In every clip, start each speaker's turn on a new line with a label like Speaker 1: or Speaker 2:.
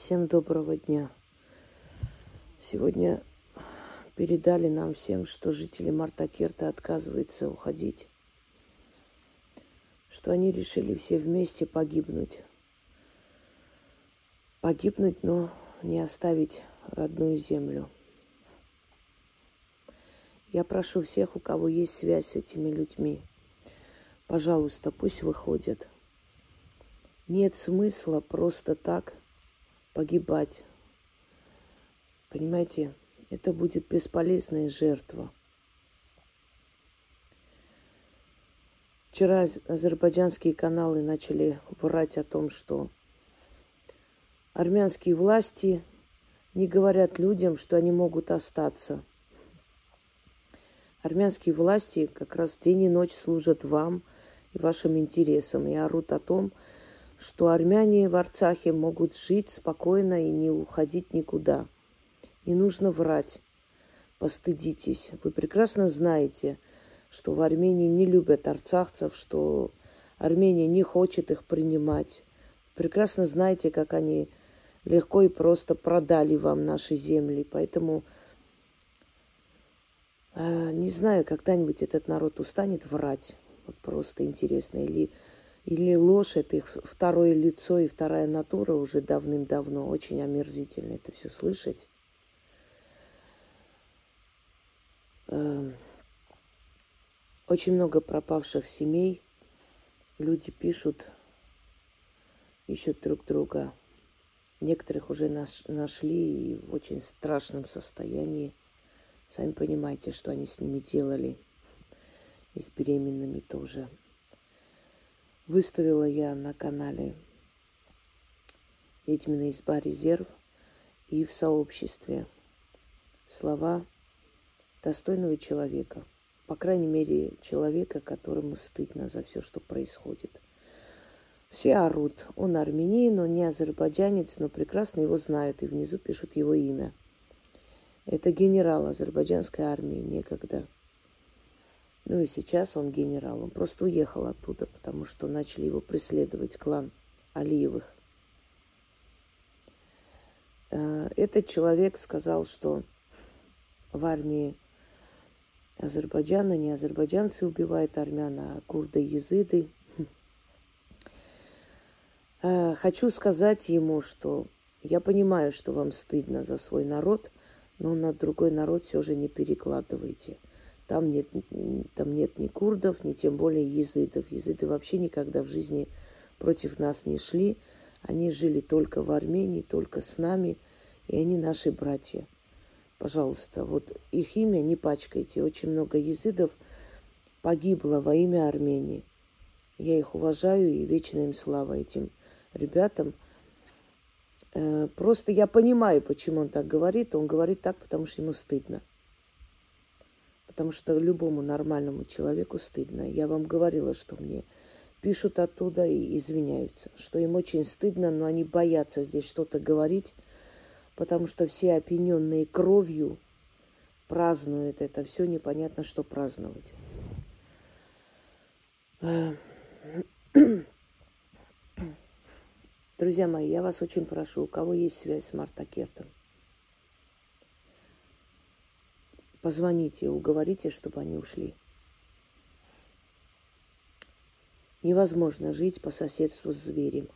Speaker 1: Всем доброго дня. Сегодня передали нам всем, что жители Мартакерта отказываются уходить, что они решили все вместе погибнуть. Погибнуть, но не оставить родную землю. Я прошу всех, у кого есть связь с этими людьми, пожалуйста, пусть выходят. Нет смысла просто так погибать. Понимаете, это будет бесполезная жертва. Вчера азербайджанские каналы начали врать о том, что армянские власти не говорят людям, что они могут остаться. Армянские власти как раз день и ночь служат вам и вашим интересам и орут о том, что армяне в Арцахе могут жить спокойно и не уходить никуда. Не нужно врать. Постыдитесь. Вы прекрасно знаете, что в Армении не любят арцахцев, что Армения не хочет их принимать. Прекрасно знаете, как они легко и просто продали вам наши земли. Поэтому не знаю, когда-нибудь этот народ устанет врать. Вот просто интересно. Или ложь, это их второе лицо и вторая натура уже давным-давно. Очень омерзительно это все слышать. Очень много пропавших семей. Люди пишут, ищут друг друга. Некоторых уже нашли и в очень страшном состоянии. Сами понимаете, что они с ними делали. И с беременными тоже. Выставила я на канале «Ведьмина изба резерв» и в сообществе слова достойного человека. По крайней мере, человека, которому стыдно за все, что происходит. Все орут. Он армянин, он не азербайджанец, но прекрасно его знают. И внизу пишут его имя. Это генерал азербайджанской армии некогда. Ну и сейчас он генерал. Он просто уехал оттуда, потому что начали его преследовать клан Алиевых. Этот человек сказал, что в армии Азербайджана не азербайджанцы убивают армян, а курды и езиды. Хочу сказать ему, что я понимаю, что вам стыдно за свой народ, но на другой народ все же не перекладывайте. Там нет ни курдов, ни тем более езидов. Езиды вообще никогда в жизни против нас не шли. Они жили только в Армении, только с нами, и они наши братья. Пожалуйста, вот их имя не пачкайте. Очень много езидов погибло во имя Армении. Я их уважаю, и вечная им слава этим ребятам. Просто я понимаю, почему он так говорит. Он говорит так, потому что ему стыдно. Потому что любому нормальному человеку стыдно. Я вам говорила, что мне пишут оттуда и извиняются. Что им очень стыдно, но они боятся здесь что-то говорить, потому что все опьяненные кровью празднуют это все, непонятно, что праздновать. Друзья мои, я вас очень прошу, у кого есть связь с Мартакертом, позвоните, уговорите, чтобы они ушли. Невозможно жить по соседству с зверем.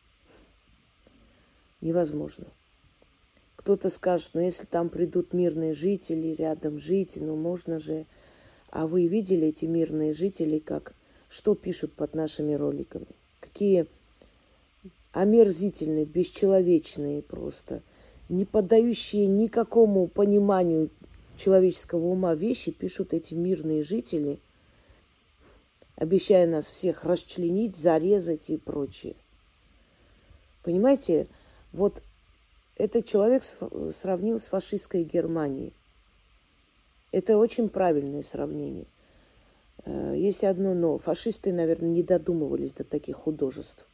Speaker 1: Невозможно. Кто-то скажет, ну если там придут мирные жители, рядом жить, ну можно же. А вы видели эти мирные жители, что пишут под нашими роликами? Какие омерзительные, бесчеловечные просто, не поддающие никакому пониманию человеческого ума вещи пишут эти мирные жители, обещая нас всех расчленить, зарезать и прочее. Понимаете, вот этот человек сравнил с фашистской Германией. Это очень правильное сравнение. Есть одно но. Фашисты, наверное, не додумывались до таких художеств.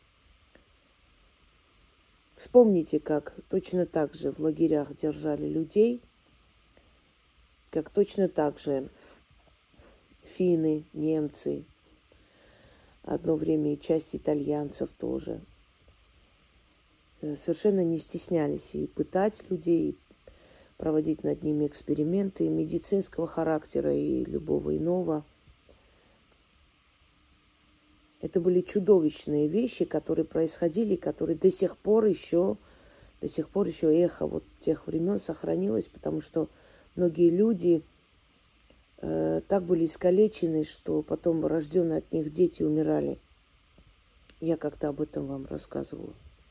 Speaker 1: Вспомните, как точно так же в лагерях держали людей, как точно так же финны, немцы, одно время и часть итальянцев тоже. совершенно не стеснялись и пытать людей, и проводить над ними эксперименты медицинского характера и любого иного. Это были чудовищные вещи, которые происходили, которые до сих пор еще эхо вот тех времен сохранилось, потому что многие люди так были искалечены, что потом рожденные от них дети умирали. Я как-то об этом вам рассказывала.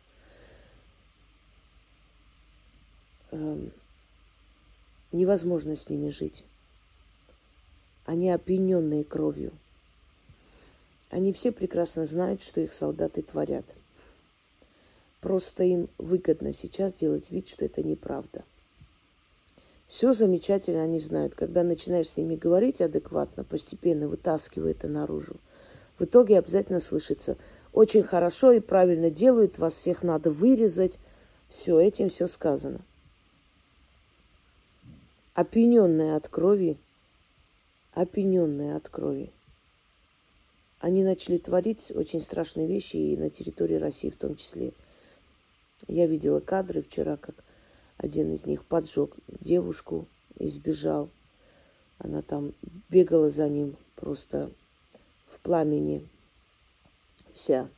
Speaker 1: Невозможно с ними жить. Они опьяненные кровью. Они все прекрасно знают, что их солдаты творят. Просто им выгодно сейчас делать вид, что это неправда. Все замечательно они знают. Когда начинаешь с ними говорить адекватно, постепенно вытаскивая это наружу, в итоге обязательно слышится: очень хорошо и правильно делают, вас всех надо вырезать. Все, этим все сказано. Опьяненные от крови, они начали творить очень страшные вещи и на территории России в том числе. Я видела кадры вчера, как один из них поджег девушку и сбежал. Она там бегала за ним просто в пламени вся.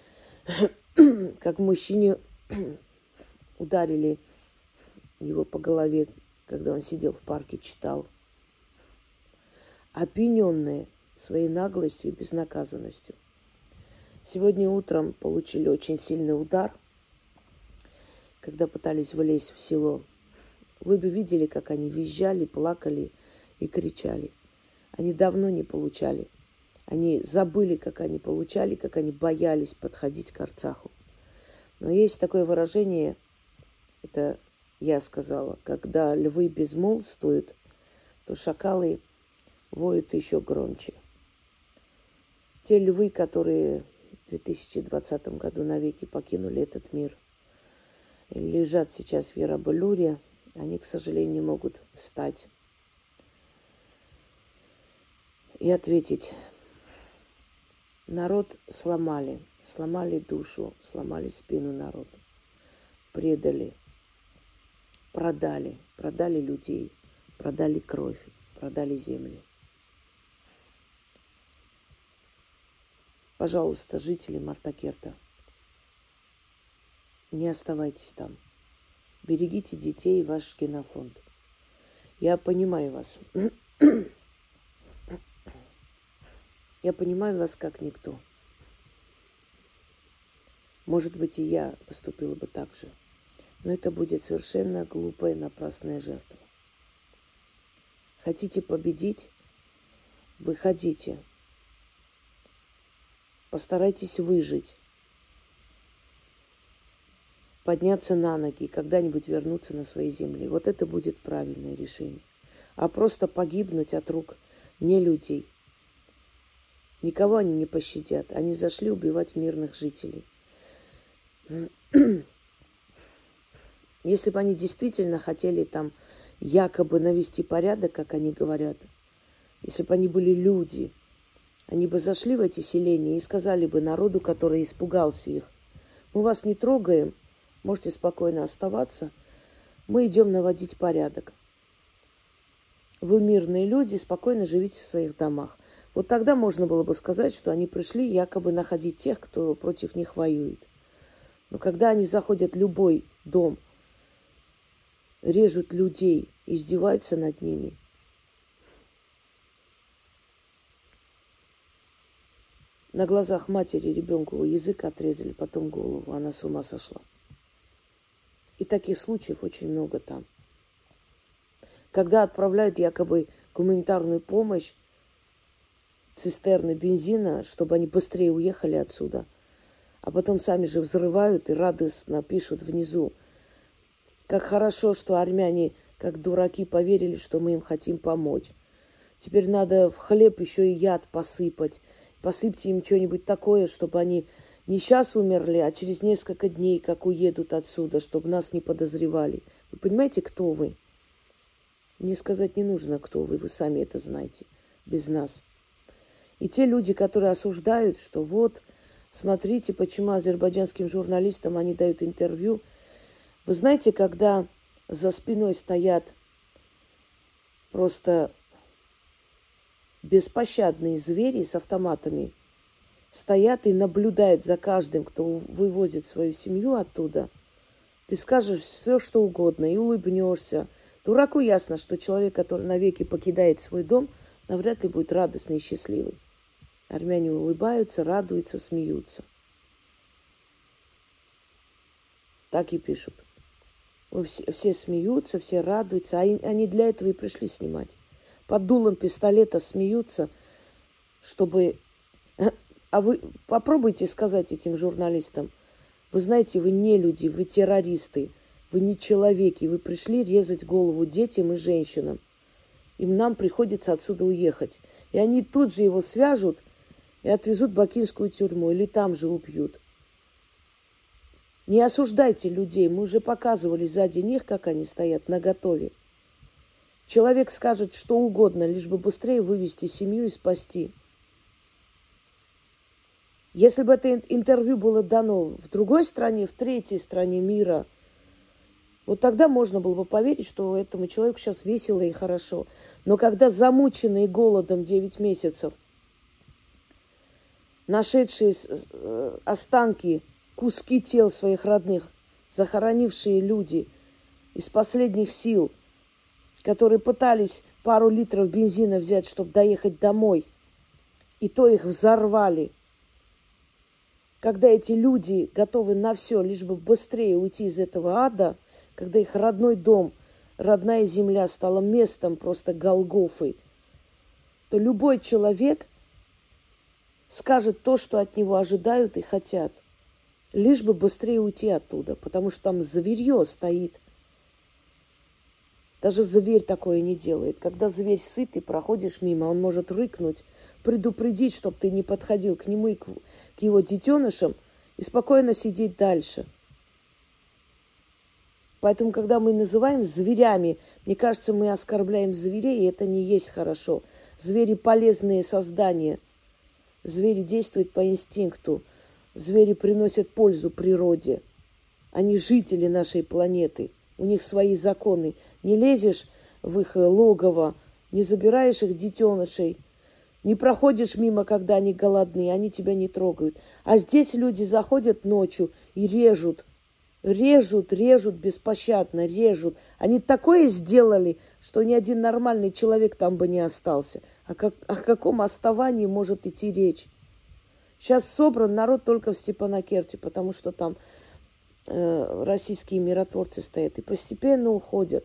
Speaker 1: Как мужчине ударили его по голове, когда он сидел в парке, читал. Опьяненные своей наглостью и безнаказанностью. Сегодня утром получили очень сильный удар, когда пытались влезть в село. Вы бы видели, как они визжали, плакали и кричали. Они давно не получали. Они забыли, как они получали, как они боялись подходить к Арцаху. Но есть такое выражение, это я сказала, когда львы безмолвствуют, то шакалы воют еще громче. Те львы, которые в 2020 году навеки покинули этот мир, и лежат сейчас в Ярабалюре, они, к сожалению, не могут встать и ответить. Народ сломали душу, сломали спину народу, предали, продали людей, продали кровь, продали земли. Пожалуйста, жители Мартакерта, не оставайтесь там. Берегите детей и ваш генофонд. Я понимаю вас. Я понимаю вас как никто. Может быть, и я поступила бы так же. Но это будет совершенно глупая, напрасная жертва. Хотите победить? Выходите. Постарайтесь выжить. Подняться на ноги и когда-нибудь вернуться на свои земли. Вот это будет правильное решение. А просто погибнуть от рук не людей. Никого они не пощадят. Они зашли убивать мирных жителей. Если бы они действительно хотели там якобы навести порядок, как они говорят, если бы они были люди, они бы зашли в эти селения и сказали бы народу, который испугался их: мы вас не трогаем, можете спокойно оставаться, мы идем наводить порядок. Вы мирные люди, спокойно живите в своих домах. Вот тогда можно было бы сказать, что они пришли якобы находить тех, кто против них воюет. Но когда они заходят в любой дом, режут людей, издеваются над ними, на глазах матери ребенку язык отрезали, потом голову, она с ума сошла. И таких случаев очень много там. Когда отправляют якобы гуманитарную помощь, цистерны бензина, чтобы они быстрее уехали отсюда, а потом сами же взрывают и радостно пишут внизу: как хорошо, что армяне, как дураки, поверили, что мы им хотим помочь. Теперь надо в хлеб еще и яд посыпать. Посыпьте им что-нибудь такое, чтобы они не сейчас умерли, а через несколько дней, как уедут отсюда, чтобы нас не подозревали. Вы понимаете, кто вы? Мне сказать не нужно, кто вы сами это знаете, без нас. И те люди, которые осуждают, что вот Смотрите, почему азербайджанским журналистам они дают интервью. Вы знаете, когда за спиной стоят просто беспощадные звери с автоматами, стоят и наблюдают за каждым, кто вывозит свою семью оттуда, ты скажешь все, что угодно, и улыбнешься. Дураку ясно, что человек, который навеки покидает свой дом, навряд ли будет радостный и счастливый. Армяне улыбаются, радуются, смеются. Так и пишут. Все смеются, все радуются, а они для этого и пришли снимать. Под дулом пистолета смеются, чтобы... А вы попробуйте сказать этим журналистам, вы знаете, вы не люди, вы террористы, вы не человеки, вы пришли резать голову детям и женщинам. И нам приходится отсюда уехать. И они тут же его свяжут и отвезут в бакинскую тюрьму, или там же убьют. Не осуждайте людей, мы уже показывали сзади них, как они стоят наготове. Человек скажет что угодно, лишь бы быстрее вывести семью и спасти. Если бы это интервью было дано в другой стране, в третьей стране мира, вот тогда можно было бы поверить, что этому человеку сейчас весело и хорошо. Но когда замученные голодом 9 месяцев, нашедшие останки, куски тел своих родных, захоронившие люди из последних сил, которые пытались пару литров бензина взять, чтобы доехать домой, и то их взорвали. Когда эти люди готовы на все, лишь бы быстрее уйти из этого ада, когда их родной дом, родная земля стала местом просто Голгофы, то любой человек скажет то, что от него ожидают и хотят, лишь бы быстрее уйти оттуда, потому что там зверье стоит. Даже зверь такое не делает. Когда зверь сыт и проходишь мимо, он может рыкнуть, предупредить, чтобы ты не подходил к нему и к его детенышам, и спокойно сидеть дальше. Поэтому, когда мы называем зверями, мне кажется, мы оскорбляем зверей, и это не есть хорошо. Звери полезные создания. Звери действуют по инстинкту. Звери приносят пользу природе. Они жители нашей планеты. У них свои законы. Не лезешь в их логово, не забираешь их детенышей, не проходишь мимо, когда они голодны, они тебя не трогают. А здесь люди заходят ночью и режут. Режут беспощадно, режут. Они такое сделали, что ни один нормальный человек там бы не остался. О каком основании может идти речь? Сейчас собран народ только в Степанакерте, потому что там российские миротворцы стоят и постепенно уходят.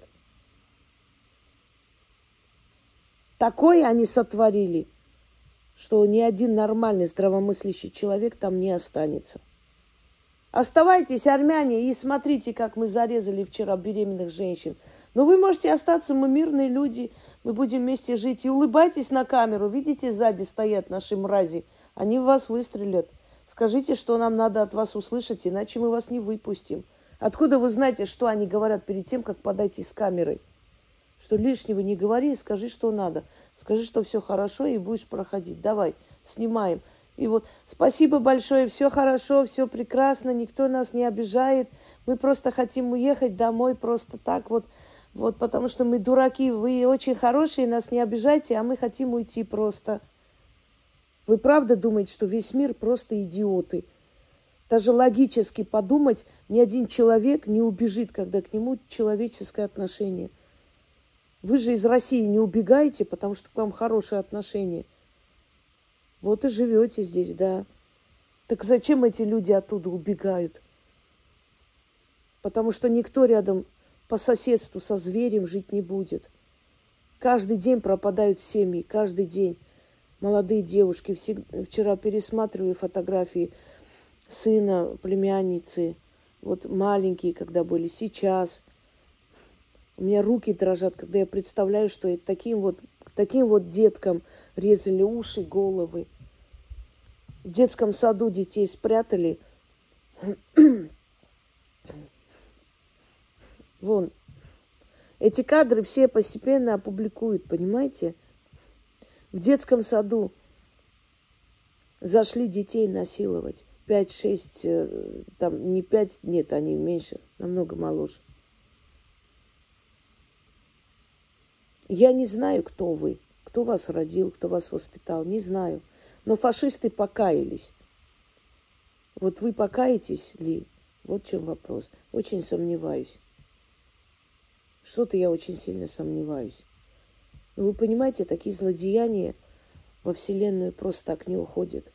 Speaker 1: Такое они сотворили, что ни один нормальный здравомыслящий человек там не останется. Оставайтесь, армяне, и смотрите, как мы зарезали вчера беременных женщин. Но вы можете остаться, мы мирные люди, мы будем вместе жить. И улыбайтесь на камеру, видите, сзади стоят наши мрази, они в вас выстрелят. Скажите, что нам надо от вас услышать, иначе мы вас не выпустим. Откуда вы знаете, что они говорят перед тем, как подойти с камерой? Что лишнего не говори, скажи, что надо. Скажи, что все хорошо, и будешь проходить. Давай, снимаем. И вот спасибо большое, все хорошо, все прекрасно, никто нас не обижает. Мы просто хотим уехать домой просто так вот, потому что мы дураки, вы очень хорошие, нас не обижайте, а мы хотим уйти просто. Вы правда думаете, что весь мир просто идиоты? Даже логически подумать, ни один человек не убежит, когда к нему человеческое отношение. Вы же из России не убегаете, потому что к вам хорошее отношение. Вот и живете здесь, да. Так зачем эти люди оттуда убегают? Потому что никто рядом по соседству со зверем жить не будет. Каждый день пропадают семьи, каждый день. Молодые девушки. Вчера пересматриваю фотографии сына, племянницы. Вот маленькие, когда были, сейчас. У меня руки дрожат, когда я представляю, что таким вот деткам резали уши, головы. В детском саду детей спрятали. Вон. Эти кадры все постепенно опубликуют, понимаете? В детском саду зашли детей насиловать. 5-6, там не 5, нет, они меньше, намного моложе. Я не знаю, кто вы, кто вас родил, кто вас воспитал, не знаю. Но фашисты покаялись. Вот вы покаетесь ли? Вот в чем вопрос. Очень сомневаюсь. Что-то я очень сильно сомневаюсь. Но вы понимаете, такие злодеяния во Вселенную просто так не уходят.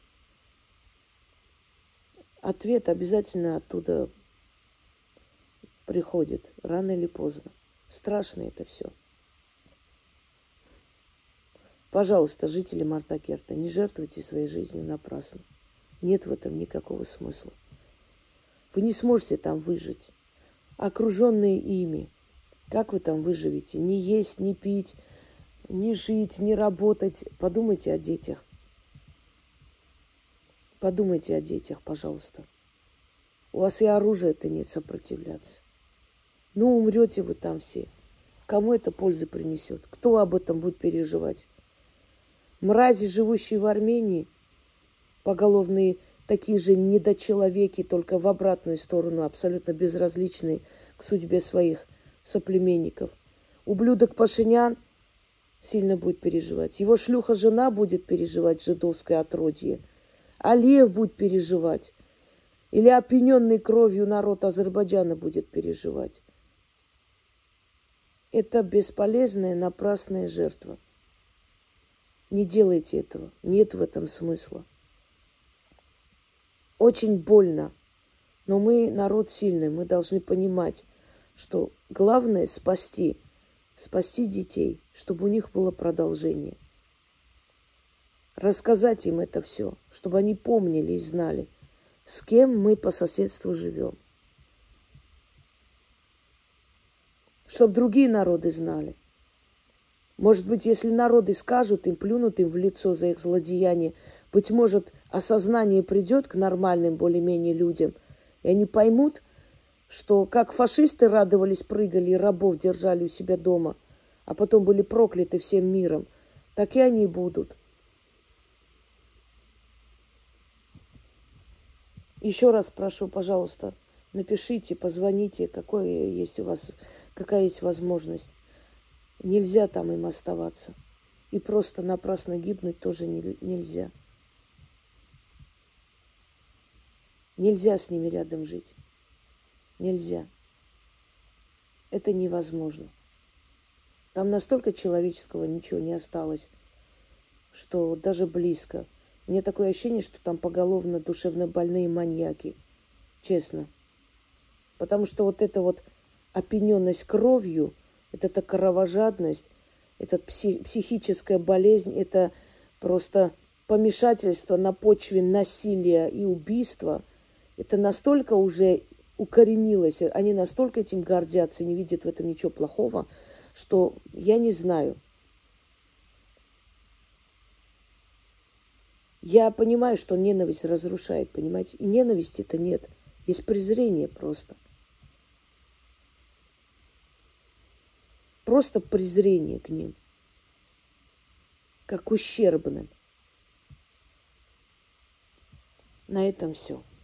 Speaker 1: Ответ обязательно оттуда приходит, рано или поздно. Страшно это все. Пожалуйста, жители Мартакерта, не жертвуйте своей жизнью напрасно. Нет в этом никакого смысла. Вы не сможете там выжить. Окруженные ими, как вы там выживете? Не есть, не пить, не жить, не работать. Подумайте о детях. Подумайте о детях, пожалуйста. У вас и оружия-то нет сопротивляться. Ну, умрете вы там все. Кому это пользы принесет? Кто об этом будет переживать? Мрази, живущие в Армении, поголовные такие же недочеловеки, только в обратную сторону, абсолютно безразличные к судьбе своих соплеменников. Ублюдок Пашинян сильно будет переживать. Его шлюха-жена будет переживать, жидовское отродье. Алиев будет переживать. Или опьяненный кровью народ Азербайджана будет переживать. Это бесполезная, напрасная жертва. Не делайте этого. Нет в этом смысла. Очень больно. Но мы народ сильный. Мы должны понимать, что главное спасти детей, чтобы у них было продолжение. Рассказать им это все, чтобы они помнили и знали, с кем мы по соседству живем. Чтобы другие народы знали. Может быть, если народы скажут им, плюнут им в лицо за их злодеяние, быть может, осознание придет к нормальным более-менее людям, и они поймут, что как фашисты радовались, прыгали и рабов держали у себя дома, а потом были прокляты всем миром, так и они будут. Еще раз прошу, пожалуйста, напишите, позвоните, какая есть возможность. Нельзя там им оставаться. И просто напрасно гибнуть тоже нельзя. Нельзя с ними рядом жить. Нельзя. Это невозможно. Там настолько человеческого ничего не осталось, что даже близко. Мне такое ощущение, что там поголовно душевно больные маньяки. Честно. Потому что вот эта вот опьяненность кровью, это кровожадность, это психическая болезнь, это просто помешательство на почве насилия и убийства. Это настолько уже укоренилось, они настолько этим гордятся, не видят в этом ничего плохого, что я не знаю. Я понимаю, что ненависть разрушает, понимаете? И ненависти-то нет. Есть презрение просто. Просто презрение к ним. Как ущербным. На этом все.